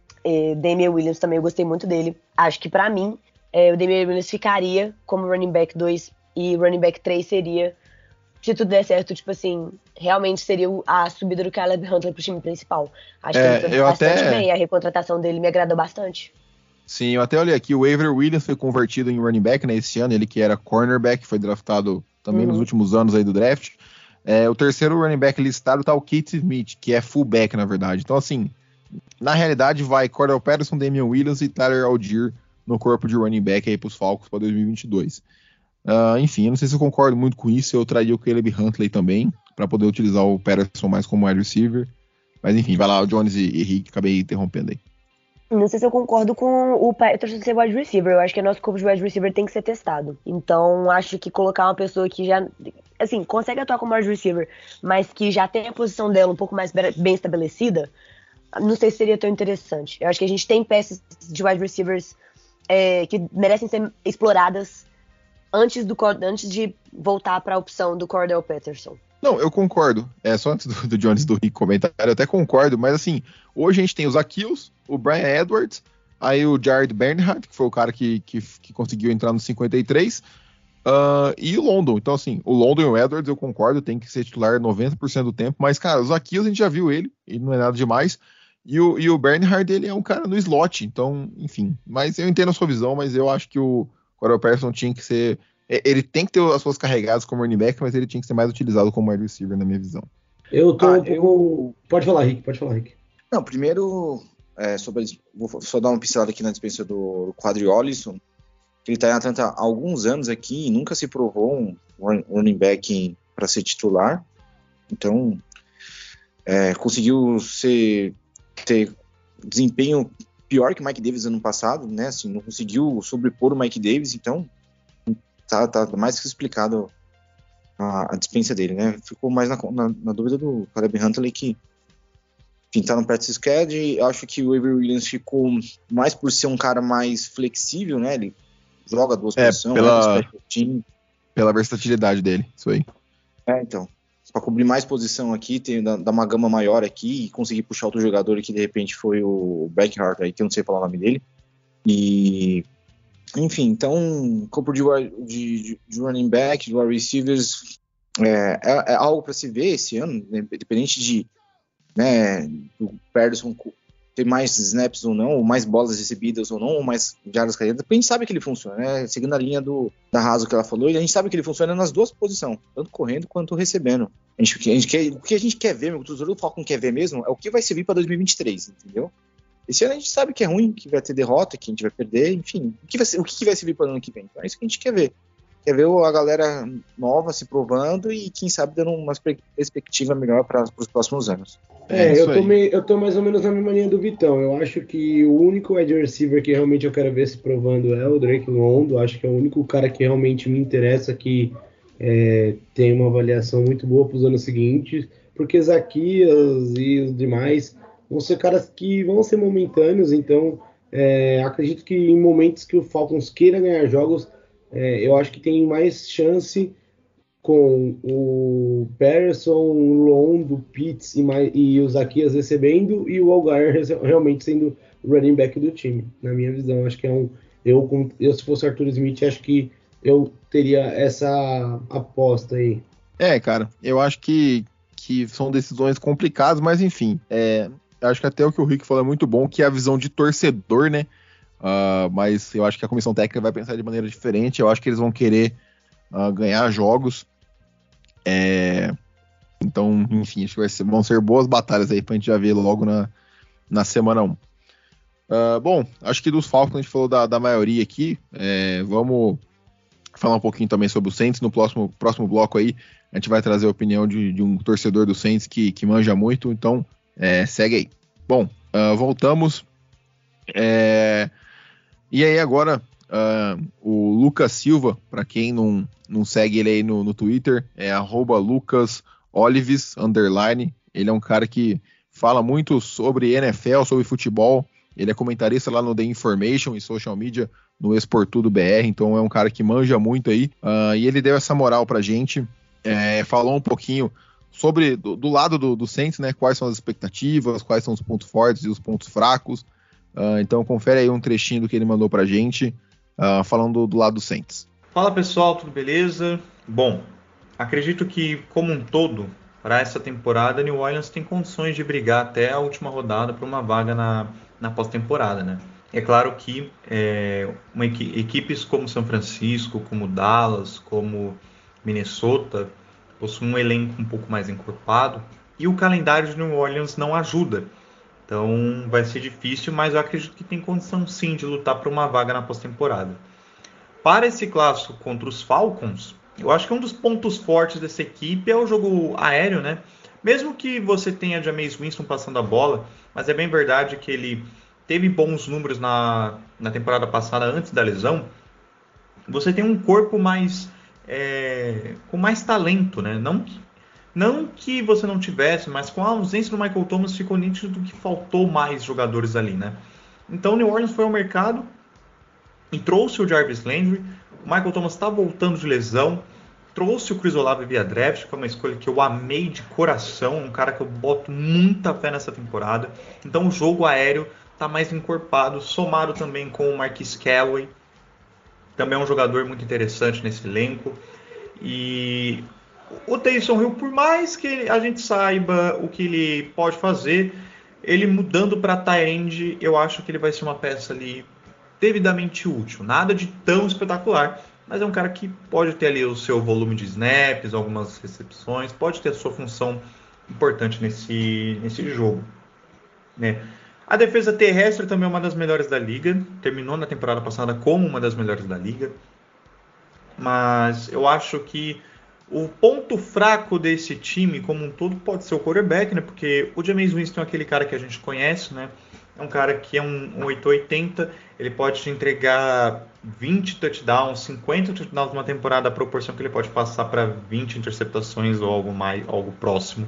É, Damian Williams também, eu gostei muito dele. Acho que, para mim, É, o Damian Williams ficaria como running back dois e running back três seria, se tudo der certo, tipo assim, realmente seria a subida do Caleb Huntley pro time principal. Acho é, que ele foi eu bastante até... bem, a recontratação dele me agradou bastante. Sim, eu até olhei aqui, o Avery Williams foi convertido em running back, né, esse ano, ele que era cornerback, foi draftado também uhum. nos últimos anos aí do draft. É, o terceiro running back listado tá o Keith Smith, que é fullback, na verdade. Então, assim, na realidade vai Cordell Patterson, Damian Williams e Tyler Algier no corpo de running back aí pros Falcons para dois mil e vinte e dois. Uh, enfim, eu não sei se eu concordo muito com isso, eu traria o Caleb Huntley também, para poder utilizar o Patterson mais como wide receiver. Mas enfim, vai lá, o Jones e, e Rick, acabei interrompendo aí. Não sei se eu concordo com o Patterson ser wide receiver, eu acho que o nosso corpo de wide receiver tem que ser testado. Então, acho que colocar uma pessoa que já, assim, consegue atuar como wide receiver, mas que já tem a posição dela um pouco mais bem estabelecida, não sei se seria tão interessante. Eu acho que a gente tem peças de wide receivers É, que merecem ser exploradas antes, do, antes de voltar para a opção do Cordell Patterson. Não, eu concordo. É, só antes do, do Jones do Rick comentar, eu até concordo, mas assim, hoje a gente tem os Achilles, o Brian Edwards, aí o Jared Bernhardt, que foi o cara que, que, que conseguiu entrar no cinquenta e três, uh, e o London. Então, assim, o London e o Edwards, eu concordo, tem que ser titular noventa por cento do tempo, mas, cara, os Achilles a gente já viu ele, e não é nada demais. E o, e o Bernhard, ele é um cara no slot, então, enfim. Mas eu entendo a sua visão, mas eu acho que o Cordell Patterson tinha que ser... Ele tem que ter as suas carregadas como running back, mas ele tinha que ser mais utilizado como wide receiver, na minha visão. Eu tô ah, um pouco... Eu... Pode falar, Rick, pode falar, Rick. Não, primeiro, é, sobre... vou só dar uma pincelada aqui na dispensa do Quadri Ollison, que ele tá em Atlanta há alguns anos aqui e nunca se provou um running back para ser titular. Então, é, conseguiu ser... ter desempenho pior que o Mike Davis ano passado, né? Assim, não conseguiu sobrepor o Mike Davis, então tá, tá mais que explicado a, a dispensa dele, né? Ficou mais na, na, na dúvida do Caleb Huntley, que enfim, tá no practice squad. Acho que o Avery Williams ficou mais por ser um cara mais flexível, né? Ele joga duas é, posições, pela, é time. pela versatilidade dele, isso aí. É, então. Para cobrir mais posição aqui, tem, dar uma gama maior aqui e conseguir puxar outro jogador que de repente foi o Backhart aí, que eu não sei falar o nome dele. E enfim, então corpo de, de, de running back, de wide receivers é, é, é algo para se ver esse ano, né, independente de, né, o Patterson ter mais snaps ou não, ou mais bolas recebidas ou não, ou mais jardas carregadas, porque a gente sabe que ele funciona, né? Seguindo a linha do, da Raso que ela falou, e a gente sabe que ele funciona nas duas posições, tanto correndo quanto recebendo. A gente, a gente quer, o que a gente quer ver, o torcedor do Falcon quer ver mesmo, é o que vai servir para dois mil e vinte e três, entendeu? Esse ano a gente sabe que é ruim, que vai ter derrota, que a gente vai perder, enfim, o que vai, o que vai servir para o ano que vem? Então é isso que a gente quer ver. Quer ver a galera nova se provando e, quem sabe, dando uma perspectiva melhor para os próximos anos. É, é eu, tô meio, eu tô mais ou menos na mesma linha do Vitão. Eu acho que o único wide receiver que realmente eu quero ver se provando é o Drake London. Acho que é o único cara que realmente me interessa, que é, tem uma avaliação muito boa para os anos seguintes, porque Zacchaeus e os demais vão ser caras que vão ser momentâneos. Então, é, acredito que em momentos que o Falcons queira ganhar jogos, É, eu acho que tem mais chance com o Patterson, o Londo, o Pitts e, mais, e o Zacchaeus recebendo e o Algar realmente sendo o running back do time. Na minha visão, acho que é um, Eu, eu se fosse Arthur Smith, acho que eu teria essa aposta aí. É, cara, eu acho que, que são decisões complicadas, mas enfim, é, acho que até o que o Rick falou é muito bom, que é a visão de torcedor, né? Uh, mas eu acho que a comissão técnica vai pensar de maneira diferente. Eu acho que eles vão querer uh, ganhar jogos. É, então, enfim, acho que vai ser, vão ser boas batalhas aí pra gente já ver logo na, na semana um. Uh, bom, acho que dos Falcons a gente falou da, da maioria aqui. É, vamos falar um pouquinho também sobre o Saints. No próximo, próximo bloco aí, a gente vai trazer a opinião de, de um torcedor do Saints que, que manja muito. Então, é, segue aí. Bom, uh, voltamos. É, e aí agora, uh, o Lucas Silva, para quem não, não segue ele aí no, no Twitter, é arroba Lucas Olives, underline. Ele é um cara que fala muito sobre N F L, sobre futebol. Ele é comentarista lá no The Information e social media no Esportudo B R, então é um cara que manja muito aí. Uh, e ele deu essa moral pra gente, é, falou um pouquinho sobre, do, do lado do, do Saints, né, quais são as expectativas, quais são os pontos fortes e os pontos fracos. Uh, então confere aí um trechinho do que ele mandou pra gente, uh, falando do, do lado do Saints. Fala pessoal, tudo beleza? Bom, acredito que como um todo, para essa temporada, New Orleans tem condições de brigar até a última rodada por uma vaga na, na pós-temporada, né? É claro que é, uma, equipes como São Francisco, como Dallas, como Minnesota, possuem um elenco um pouco mais encorpado e o calendário de New Orleans não ajuda. Então vai ser difícil, mas eu acredito que tem condição sim de lutar por uma vaga na pós-temporada. Para esse clássico contra os Falcons, eu acho que um dos pontos fortes dessa equipe é o jogo aéreo, né? Mesmo que você tenha Jameis Winston passando a bola, mas é bem verdade que ele teve bons números na, na temporada passada antes da lesão, você tem um corpo mais é, com mais talento, né? Não que, não que você não tivesse, mas com a ausência do Michael Thomas ficou nítido que faltou mais jogadores ali, né? Então o New Orleans foi ao mercado e trouxe o Jarvis Landry. O Michael Thomas está voltando de lesão. Trouxe o Chris Olave via draft, que é uma escolha que eu amei de coração. Um cara que eu boto muita fé nessa temporada. Então o jogo aéreo está mais encorpado. Somado também com o Marquise Callaway. Também é um jogador muito interessante nesse elenco. E o Taysom Hill, por mais que a gente saiba o que ele pode fazer, ele mudando para tight end, eu acho que ele vai ser uma peça ali devidamente útil. Nada de tão espetacular, mas é um cara que pode ter ali o seu volume de snaps, algumas recepções, pode ter a sua função importante nesse, nesse jogo, né? A defesa terrestre também é uma das melhores da liga, terminou na temporada passada como uma das melhores da liga, mas eu acho que o ponto fraco desse time como um todo pode ser o quarterback, né? Porque o Jameis Winston é aquele cara que a gente conhece, né? É um cara que é um, um oito oitenta, ele pode te entregar vinte touchdowns, cinquenta touchdowns numa temporada, a proporção que ele pode passar para vinte interceptações ou algo mais, algo próximo.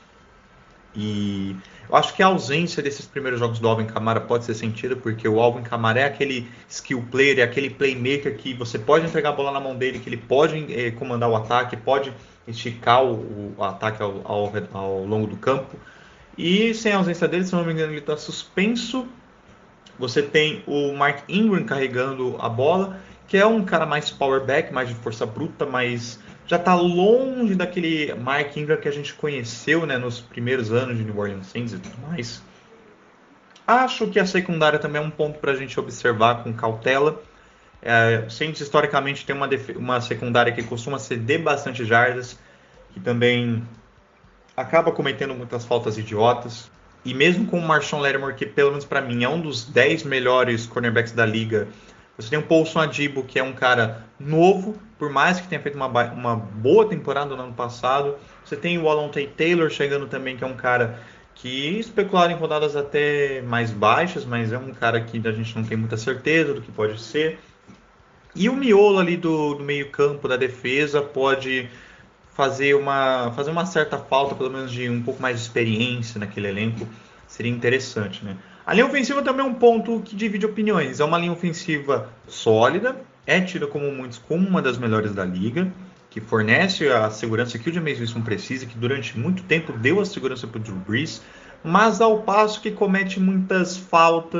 E eu acho que a ausência desses primeiros jogos do Alvin Kamara pode ser sentida, porque o Alvin Kamara é aquele skill player, é aquele playmaker que você pode entregar a bola na mão dele, que ele pode eh, comandar o ataque, pode esticar o, o ataque ao, ao, ao longo do campo. E sem a ausência dele, se não me engano, ele está suspenso. Você tem o Mark Ingram carregando a bola, que é um cara mais power back, mais de força bruta, mas já está longe daquele Mark Ingram que a gente conheceu, né, nos primeiros anos de New Orleans Saints e tudo mais. Acho que a secundária também é um ponto para a gente observar com cautela. É, o Saints historicamente tem uma, def- uma secundária que costuma ceder bastante jardas, que também acaba cometendo muitas faltas idiotas. E mesmo com o Marshawn Lattimore, que pelo menos para mim é um dos dez melhores cornerbacks da liga, você tem o Paulson Adebo, que é um cara novo, por mais que tenha feito uma, uma boa temporada no ano passado. Você tem o Alontae Taylor chegando também, que é um cara que especularam em rodadas até mais baixas, mas é um cara que a gente não tem muita certeza do que pode ser. E o miolo ali do, do meio campo, da defesa, pode fazer uma, fazer uma certa falta, pelo menos de um pouco mais de experiência naquele elenco. Seria interessante, né? A linha ofensiva também é um ponto que divide opiniões. É uma linha ofensiva sólida, é tida como muitos como uma das melhores da liga, que fornece a segurança que o Jameis Winston precisa, que durante muito tempo deu a segurança para o Drew Brees, mas ao passo que comete muitas faltas,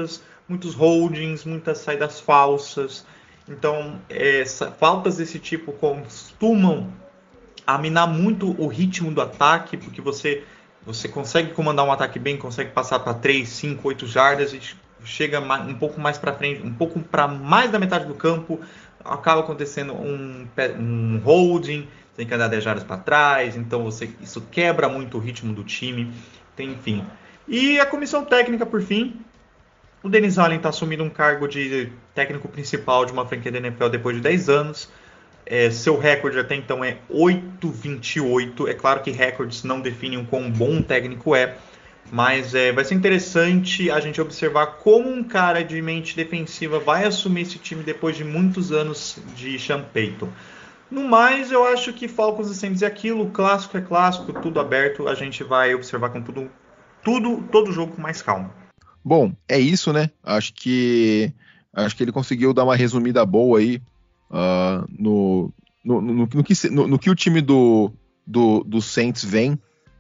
muitos holdings, muitas saídas falsas. Então, essa, faltas desse tipo costumam aminar muito o ritmo do ataque, porque você, você consegue comandar um ataque bem, consegue passar para três, cinco, oito jardas e chega um pouco mais para frente, um pouco para mais da metade do campo, acaba acontecendo um, um holding, tem que andar dez jardas para trás, então você, isso quebra muito o ritmo do time, tem, enfim. E a comissão técnica, por fim, o Dennis Allen está assumindo um cargo de técnico principal de uma franquia da N F L depois de dez anos. É, seu recorde até então é oito vinte e oito. É claro que recordes não definem o quão bom um técnico é, mas é, vai ser interessante a gente observar como um cara de mente defensiva vai assumir esse time depois de muitos anos de Sean Payton. No mais, eu acho que Falcons e Saints é aquilo, clássico é clássico, tudo aberto, a gente vai observar com tudo, tudo todo jogo com mais calma. Bom, é isso, né? Acho que acho que ele conseguiu dar uma resumida boa aí uh, no, no, no, no, que, no, no que o time do, do, do Saints vem,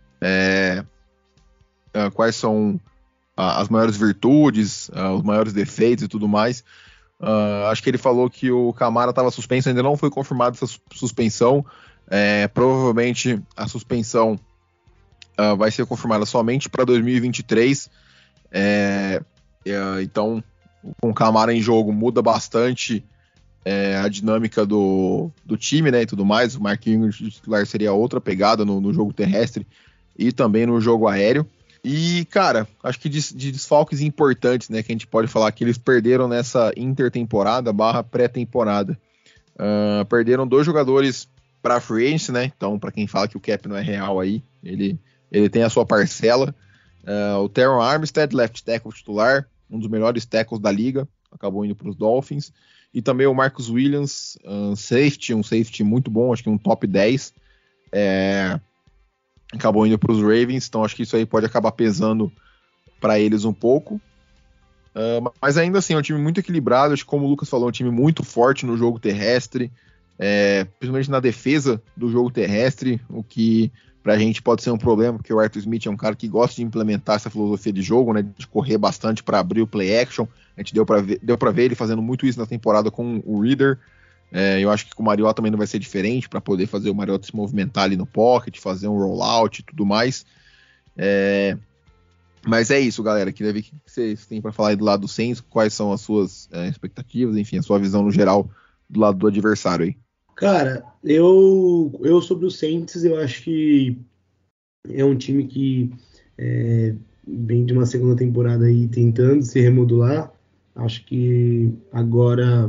é, uh, quais são uh, as maiores virtudes, uh, os maiores defeitos e tudo mais. Uh, acho que ele falou que o Kamara estava suspenso, ainda não foi confirmada essa suspensão. É, provavelmente a suspensão uh, vai ser confirmada somente para dois mil e vinte e três. É, é, então, com o Kamara em jogo muda bastante é, a dinâmica do, do time, né, e tudo mais. O Mark Ingram titular seria outra pegada no, no jogo terrestre e também no jogo aéreo. E, cara, acho que de, de desfalques importantes, né, que a gente pode falar que eles perderam nessa intertemporada barra pré-temporada. Uh, perderam dois jogadores para free agency, né, então para quem fala que o cap não é real aí, ele, ele tem a sua parcela. Uh, o Teron Armstead, left tackle titular, um dos melhores tackles da liga, acabou indo para os Dolphins. E também o Marcus Williams, uh, safety, um safety muito bom, acho que um top dez, é, acabou indo para os Ravens, então acho que isso aí pode acabar pesando para eles um pouco. Uh, mas ainda assim, é um time muito equilibrado, acho que como o Lucas falou, é um time muito forte no jogo terrestre, é, principalmente na defesa do jogo terrestre, o que pra gente pode ser um problema, porque o Arthur Smith é um cara que gosta de implementar essa filosofia de jogo, né, de correr bastante para abrir o play action. A gente deu para ver, deu para ver ele fazendo muito isso na temporada com o Reader. É, eu acho que com o Mariota também não vai ser diferente, para poder fazer o Mariota se movimentar ali no pocket, fazer um rollout e tudo mais. É, mas é isso, galera. Queria ver o que vocês têm para falar aí do lado do Saints, quais são as suas é, expectativas, enfim, a sua visão no geral do lado do adversário aí. Cara, eu, eu sobre o Saints, eu acho que é um time que é, vem de uma segunda temporada aí tentando se remodular. Acho que agora,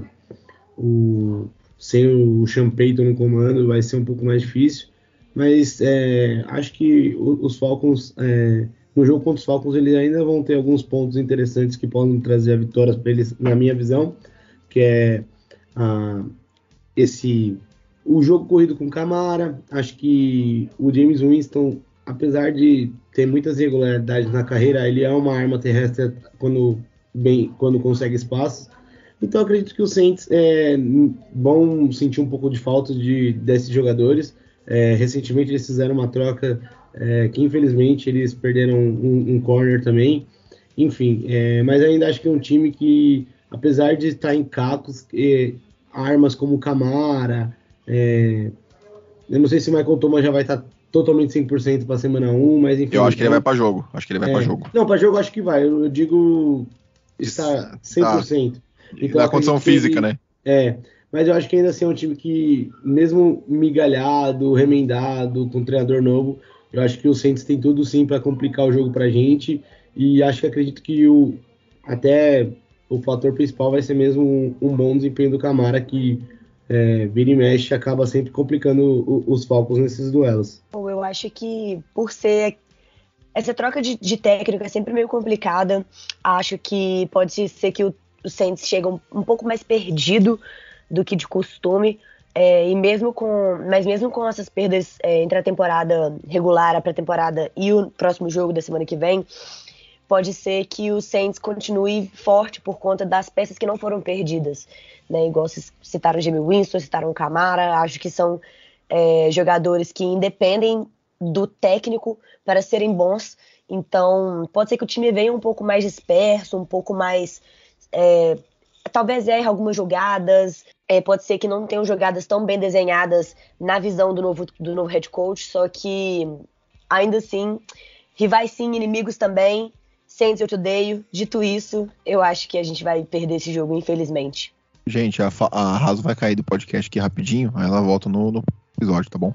o, sem o Sean Payton no comando, vai ser um pouco mais difícil. Mas é, acho que os Falcons, é, no jogo contra os Falcons, eles ainda vão ter alguns pontos interessantes que podem trazer a vitória para eles, na minha visão, que é a... Esse, o jogo corrido com Kamara. Acho que o James Winston, apesar de ter muitas irregularidades na carreira, ele é uma arma terrestre quando, bem, quando consegue espaço. Então acredito que os Saints é, vão sentir um pouco de falta de, desses jogadores. É, recentemente eles fizeram uma troca é, que infelizmente eles perderam um, um corner também. Enfim, é, mas ainda acho que é um time que, apesar de estar em cacos, é, armas como o Kamara, é, eu não sei se o Michael Thomas já vai estar totalmente cem por cento para a semana um, mas enfim. Eu acho que ele vai para jogo, acho que ele vai é, para jogo. Não, para jogo acho que vai, eu, eu digo estar cem por cento. Tá. Então, na condição física, ele, né? É, mas eu acho que ainda assim é um time que, mesmo migalhado, remendado, com um treinador novo, eu acho que o Saints tem tudo sim para complicar o jogo pra gente, e acho que acredito que o até... o fator principal vai ser mesmo um, um bom desempenho do Kamara, que é, vira e mexe acaba sempre complicando o, os Falcons nesses duelos. Eu acho que por ser... Essa troca de, de técnico é sempre meio complicada. Acho que pode ser que o, o Saints chegue um, um pouco mais perdido do que de costume. É, e mesmo com, mas mesmo com essas perdas é, entre a temporada regular, a pré-temporada e o próximo jogo da semana que vem, pode ser que o Saints continue forte por conta das peças que não foram perdidas, né? Igual vocês citaram o James Winston, citaram o Kamara, acho que são é, jogadores que independem do técnico para serem bons, então pode ser que o time venha um pouco mais disperso, um pouco mais é, talvez erre algumas jogadas, é, pode ser que não tenham jogadas tão bem desenhadas na visão do novo, do novo head coach, só que ainda assim, rivais sim, inimigos também, Saints eu te odeio. Dito isso, eu acho que a gente vai perder esse jogo, infelizmente. Gente, a, a Raso vai cair do podcast aqui rapidinho, aí ela volta no, no episódio, tá bom?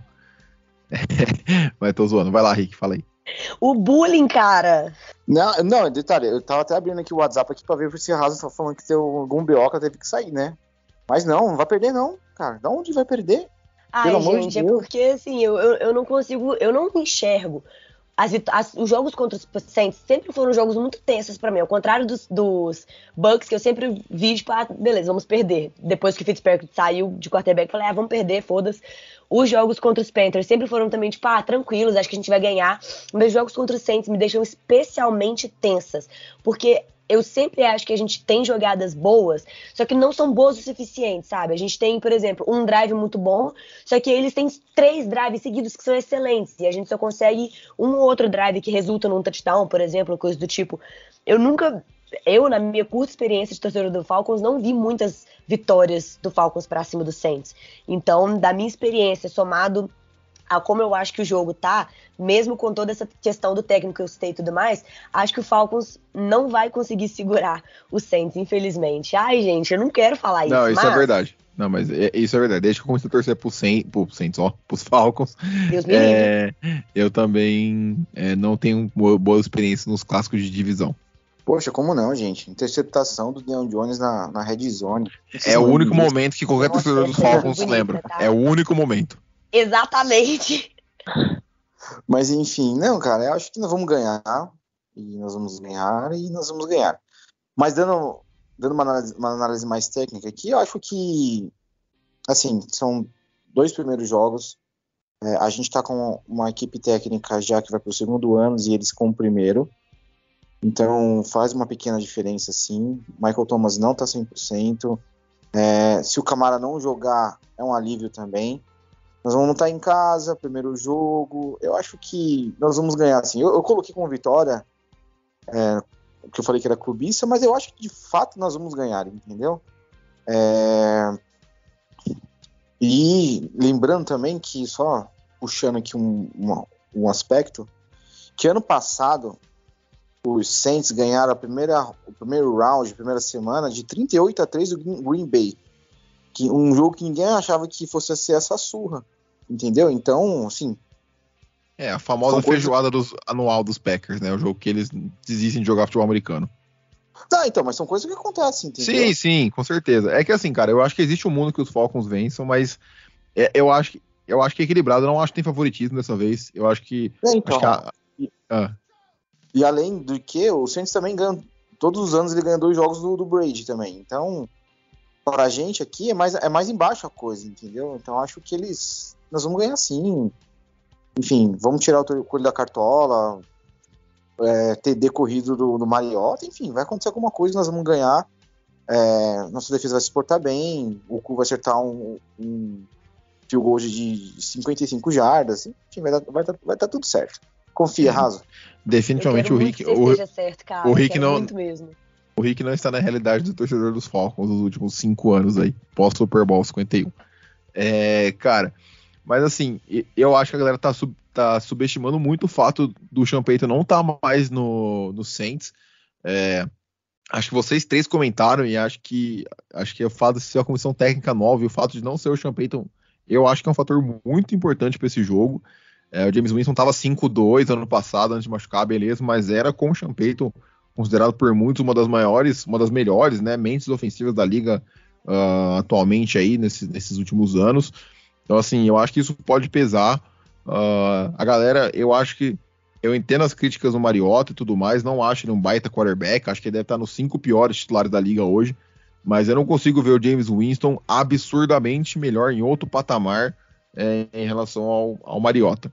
Mas tô zoando, vai lá, Rick, fala aí. O bullying, cara. Não, não, detalhe, eu tava até abrindo aqui o WhatsApp aqui pra ver se a Raso tá falando que tem algum B O que ela teve que sair, né? Mas não, não vai perder não, cara. Da onde vai perder? Ai, Pelo amor gente, de é Deus. porque assim, eu, eu, eu não consigo, eu não enxergo. As, as, os jogos contra os Saints sempre foram jogos muito tensos pra mim, ao contrário dos, dos Bucks, que eu sempre vi, tipo, ah, beleza, vamos perder. Depois que o Fitzpatrick saiu de quarterback, eu falei, ah, vamos perder, foda-se. Os jogos contra os Panthers sempre foram também, tipo, ah, tranquilos, acho que a gente vai ganhar. Mas os jogos contra os Saints me deixam especialmente tensas, porque eu sempre acho que a gente tem jogadas boas, só que não são boas o suficiente, sabe? A gente tem, por exemplo, um drive muito bom, só que eles têm três drives seguidos que são excelentes, e a gente só consegue um ou outro drive que resulta num touchdown, por exemplo, coisa do tipo. Eu nunca, eu, na minha curta experiência de torcedor do Falcons, não vi muitas vitórias do Falcons pra cima do Saints. Então, da minha experiência, somado a como eu acho que o jogo tá, mesmo com toda essa questão do técnico que eu citei e tudo mais, acho que o Falcons não vai conseguir segurar o Saints, infelizmente. Ai, gente, eu não quero falar isso, Não, isso mas... é verdade. Não, mas é, isso é verdade. Desde que eu comecei a torcer pro Saints, pro Saints, ó, pros Falcons, Deus me é, eu também é, não tenho boa, boa experiência nos clássicos de divisão. Poxa, como não, gente? Interceptação do Deion Jones na, na red zone. É o único momento que qualquer Nossa, torcedor dos essa é Falcons bonita, lembra. tá? É o único momento. Exatamente. Mas enfim, não, cara, eu acho que nós vamos ganhar. E nós vamos ganhar, e nós vamos ganhar. Mas dando, dando uma, análise, uma análise mais técnica aqui, eu acho que, assim, são dois primeiros jogos. É, a gente tá com uma equipe técnica já que vai pro segundo ano e eles com o primeiro. Então faz uma pequena diferença, sim. Michael Thomas não tá cem por cento. É, se o Kamara não jogar, é um alívio também. Nós vamos estar em casa, primeiro jogo. Eu acho que nós vamos ganhar, assim. Eu, eu coloquei como vitória, é, que eu falei que era clubista, mas eu acho que de fato nós vamos ganhar, entendeu? É, e lembrando também que, só puxando aqui um, uma, um aspecto, que ano passado os Saints ganharam a primeira, o primeiro round, a primeira semana, de trinta e oito a três do Green Bay. Que, um jogo que ninguém achava que fosse ser essa surra, entendeu? Então, assim... É, a famosa feijoada coisas... dos, anual dos Packers, né? O jogo que eles desistem de jogar futebol americano. Tá, então, mas são coisas que acontecem, entendeu? Sim, sim, com certeza. É que assim, cara, eu acho que existe um mundo que os Falcons vençam, mas é, eu, acho que, eu acho que é equilibrado. Eu não acho que tem favoritismo dessa vez. Eu acho que... É, então, acho que a... e, ah. e além do que, o Saints também ganha... Todos os anos ele ganha dois jogos do, do Brady também. Então... Pra gente aqui é mais, é mais embaixo a coisa, entendeu? Então acho que eles... Nós vamos ganhar sim. Enfim, vamos tirar o coelho da cartola, é, T D corrido do, do Mariota, enfim, vai acontecer alguma coisa, nós vamos ganhar. É, nossa defesa vai se portar bem, o Cu vai acertar um, um field goal de cinquenta e cinco jardas, enfim, vai dar, vai dar, vai dar tudo certo. Confia, é, Raso. Definitivamente o Rick... O, certo, cara, o Rick não... Muito mesmo. O Rick não está na realidade do torcedor dos Falcons nos últimos cinco anos aí, pós Super Bowl cinquenta e um. É, cara, mas assim, eu acho que a galera tá, sub, tá subestimando muito o fato do Sean Payton não estar tá mais no, no Saints. É, acho que vocês três comentaram e acho que, acho que o fato de ser uma comissão técnica nova e o fato de não ser o Sean Payton, eu acho que é um fator muito importante para esse jogo. É, o James Winston estava cinco dois ano passado antes de machucar, beleza, mas era com o Sean Payton considerado por muitos uma das maiores, uma das melhores, né, mentes ofensivas da liga uh, atualmente aí, nesse, nesses últimos anos. Então, assim, eu acho que isso pode pesar. Uh, a galera, eu acho que, eu entendo as críticas do Mariota e tudo mais, não acho ele um baita quarterback, acho que ele deve estar nos cinco piores titulares da liga hoje, mas eu não consigo ver o James Winston absurdamente melhor em outro patamar é, em relação ao, ao Mariota.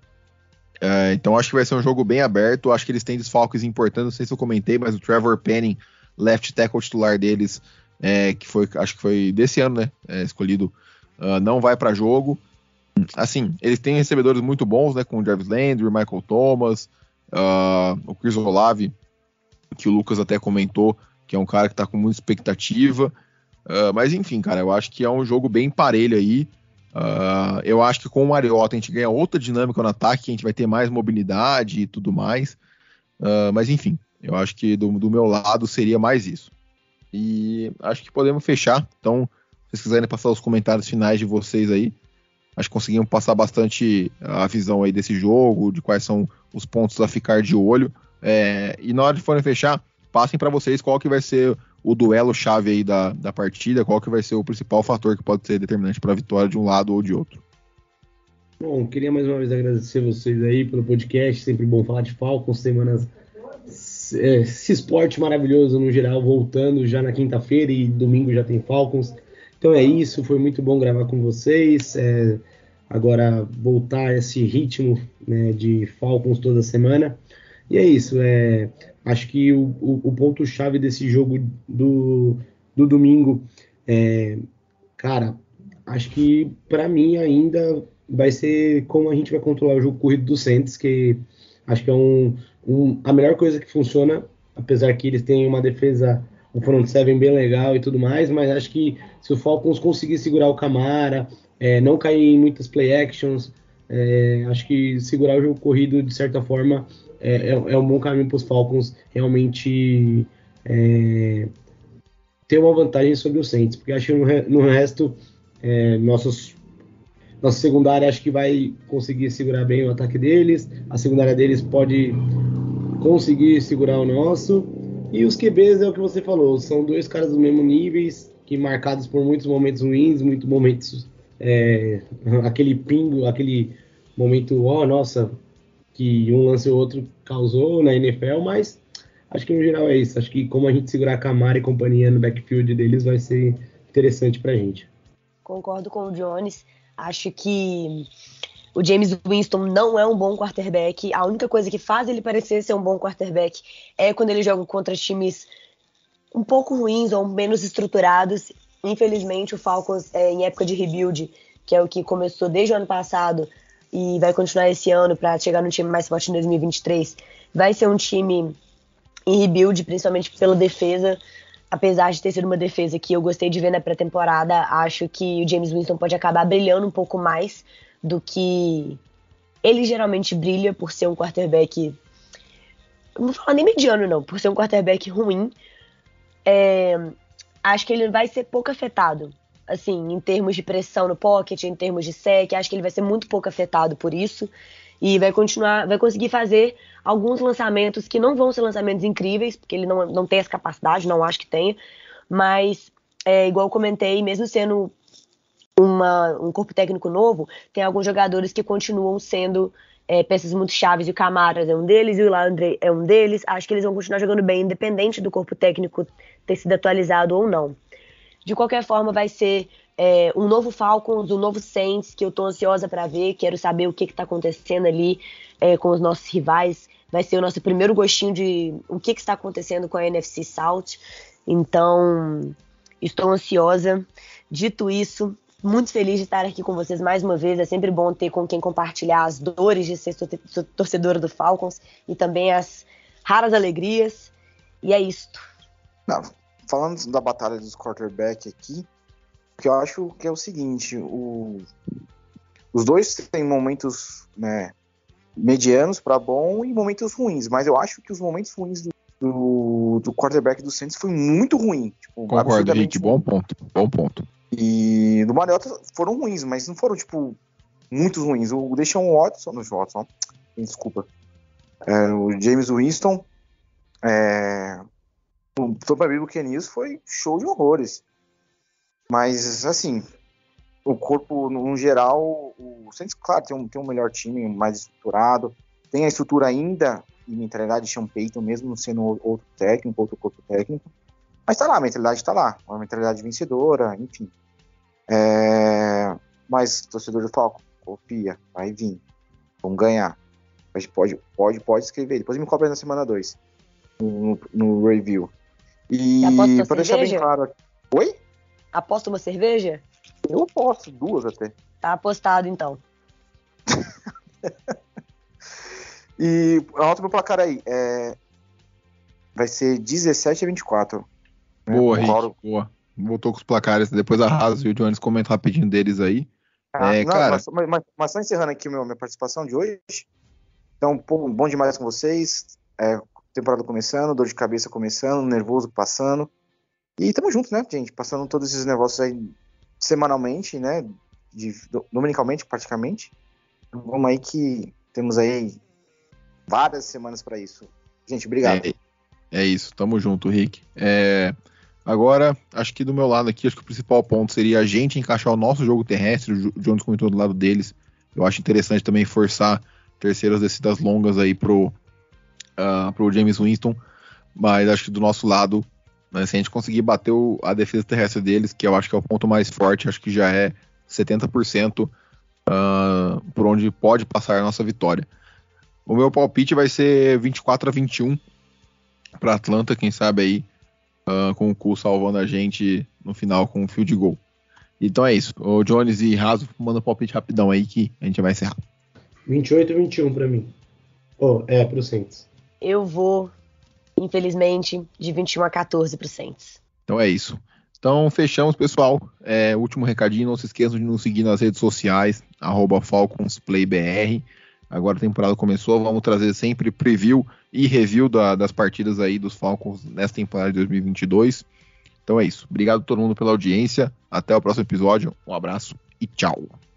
É, então acho que vai ser um jogo bem aberto. Acho que eles têm desfalques importantes. Não sei se eu comentei, mas o Trevor Penning, left tackle titular deles, é, que foi, acho que foi desse ano, né, é, escolhido, uh, não vai para jogo. Assim, eles têm recebedores muito bons, né, com o Jarvis Landry, o Michael Thomas, uh, o Chris Olave, que o Lucas até comentou, que é um cara que tá com muita expectativa. Uh, mas enfim, cara, eu acho que é um jogo bem parelho aí. Uh, eu acho que com o Mariota a gente ganha outra dinâmica no ataque, que a gente vai ter mais mobilidade e tudo mais. Uh, mas enfim, eu acho que do, do meu lado seria mais isso. E acho que podemos fechar. Então, se vocês quiserem passar os comentários finais de vocês aí, acho que conseguimos passar bastante a visão aí desse jogo, de quais são os pontos a ficar de olho. É, e na hora de forem fechar, passem para vocês qual que vai ser o duelo-chave aí da, da partida, qual que vai ser o principal fator que pode ser determinante para a vitória de um lado ou de outro. Bom, queria mais uma vez agradecer vocês aí pelo podcast, sempre bom falar de Falcons, semanas, esse esporte maravilhoso no geral, voltando já na quinta-feira e domingo já tem Falcons. Então é isso, foi muito bom gravar com vocês, é, agora voltar a esse ritmo, né, de Falcons toda semana. E é isso, é, acho que o, o, o ponto-chave desse jogo do, do domingo, é, cara, acho que para mim ainda vai ser como a gente vai controlar o jogo corrido do Saints, que acho que é um, um, a melhor coisa que funciona, apesar que eles têm uma defesa, um front seven bem legal e tudo mais, mas acho que se o Falcons conseguir segurar o Kamara, é, não cair em muitas play actions, é, acho que segurar o jogo corrido de certa forma é, é, é um bom caminho para os Falcons realmente é, ter uma vantagem sobre os Saints, porque acho que no, re, no resto é, nossos nossa secundária acho que vai conseguir segurar bem o ataque deles, a secundária deles pode conseguir segurar o nosso, e os Q Bs é o que você falou, são dois caras dos mesmos níveis, que marcados por muitos momentos ruins, muitos momentos, é, aquele pingo, aquele momento, ó, oh, nossa, que um lance ou outro causou na N F L, mas acho que no geral é isso, acho que como a gente segurar a Kamara e companhia no backfield deles vai ser interessante pra gente. Concordo com o Jones. Acho que o James Winston não é um bom quarterback. A única coisa que faz ele parecer ser um bom quarterback é quando ele joga contra times um pouco ruins ou menos estruturados. Infelizmente, o Falcons, é, em época de rebuild, que é o que começou desde o ano passado e vai continuar esse ano para chegar no time mais forte em dois mil e vinte e três, vai ser um time em rebuild, principalmente pela defesa. Apesar de ter sido uma defesa que eu gostei de ver na pré-temporada, acho que o James Winston pode acabar brilhando um pouco mais do que ele geralmente brilha por ser um quarterback, não vou falar nem mediano não, por ser um quarterback ruim. É, acho que ele vai ser pouco afetado, assim, em termos de pressão no pocket, em termos de sec, acho que ele vai ser muito pouco afetado por isso. E vai continuar, vai conseguir fazer alguns lançamentos que não vão ser lançamentos incríveis, porque ele não, não tem essa capacidade, não acho que tenha, mas é, igual eu comentei, mesmo sendo uma, um corpo técnico novo, tem alguns jogadores que continuam sendo é, peças muito chaves, e o Kamara é um deles, e o Landry é um deles. Acho que eles vão continuar jogando bem, independente do corpo técnico ter sido atualizado ou não. De qualquer forma, vai ser é, um novo Falcons, um novo Saints, que eu tô ansiosa para ver, quero saber o que que tá acontecendo ali é, com os nossos rivais. Vai ser o nosso primeiro gostinho de o que que está acontecendo com a N F C South. Então, estou ansiosa. Dito isso, muito feliz de estar aqui com vocês mais uma vez. É sempre bom ter com quem compartilhar as dores de ser torcedora do Falcons e também as raras alegrias. E é isto. Não, falando da batalha dos quarterbacks aqui, o que eu acho que é o seguinte, o, os dois têm momentos, né, medianos para bom e momentos ruins, mas eu acho que os momentos ruins do, do, do quarterback do Saints foi muito ruim. Tipo, concordo, Rick, bom ponto, bom ponto. E do Mariota foram ruins, mas não foram, tipo, muito ruins. O Deshaun Watson, no Watson, desculpa, é, o James Winston, é, o Tampa Bay Buccaneers foi show de horrores. Mas, assim, o corpo, no geral, o Saints, claro, tem um, tem um melhor time, mais estruturado, tem a estrutura ainda e mentalidade de Sean Payton, mesmo sendo outro técnico, outro corpo técnico, mas tá lá, a mentalidade tá lá, uma mentalidade vencedora, enfim. É... Mas, torcedor do Falcon, confia, vai vir, vamos ganhar. Mas pode, pode, pode escrever, depois me cobra na semana dois, no, no review. E pra deixar bem claro... Oi? Aposta uma cerveja? Eu aposto, duas até. Tá apostado, então. E anota meu placar aí. É... Vai ser dezessete a vinte e quatro. Boa, concordo. Rick, boa. Voltou com os placares, depois a Raso e o Jones comentam rapidinho deles aí. Ah, É, não, cara, mas, mas, mas só encerrando aqui meu, minha participação de hoje. Então, pô, bom demais com vocês. É, temporada começando, dor de cabeça começando, nervoso passando. E tamo junto, né, gente? Passando todos esses negócios aí semanalmente, né? De, dominicalmente, praticamente. Então, vamos aí que temos aí várias semanas para isso. Gente, obrigado. É, é isso, tamo junto, Rick. É, agora, acho que do meu lado aqui, acho que o principal ponto seria a gente encaixar o nosso jogo terrestre, o Jones comentou do lado deles. Eu acho interessante também forçar terceiras descidas longas aí pro, uh, pro James Winston, mas acho que do nosso lado, né, se a gente conseguir bater o, a defesa terrestre deles, que eu acho que é o ponto mais forte, acho que já é setenta por cento uh, por onde pode passar a nossa vitória. O meu palpite vai ser vinte e quatro a vinte e um para Atlanta, quem sabe aí, uh, com o Cu salvando a gente no final com um field goal. Então é isso. O Jones e Raso, manda um palpite rapidão aí que a gente vai encerrar. vinte e oito a vinte e um para mim. Oh, é, pro Saints. Eu vou, infelizmente, de vinte e um a quatorze pro Saints. Então é isso. Então fechamos, pessoal. É, último recadinho, não se esqueçam de nos seguir nas redes sociais, arroba FalconsPlayBR. Agora a temporada começou, vamos trazer sempre preview e review da, das partidas aí dos Falcons nessa temporada de dois mil e vinte e dois. Então é isso. Obrigado a todo mundo pela audiência. Até o próximo episódio. Um abraço e tchau.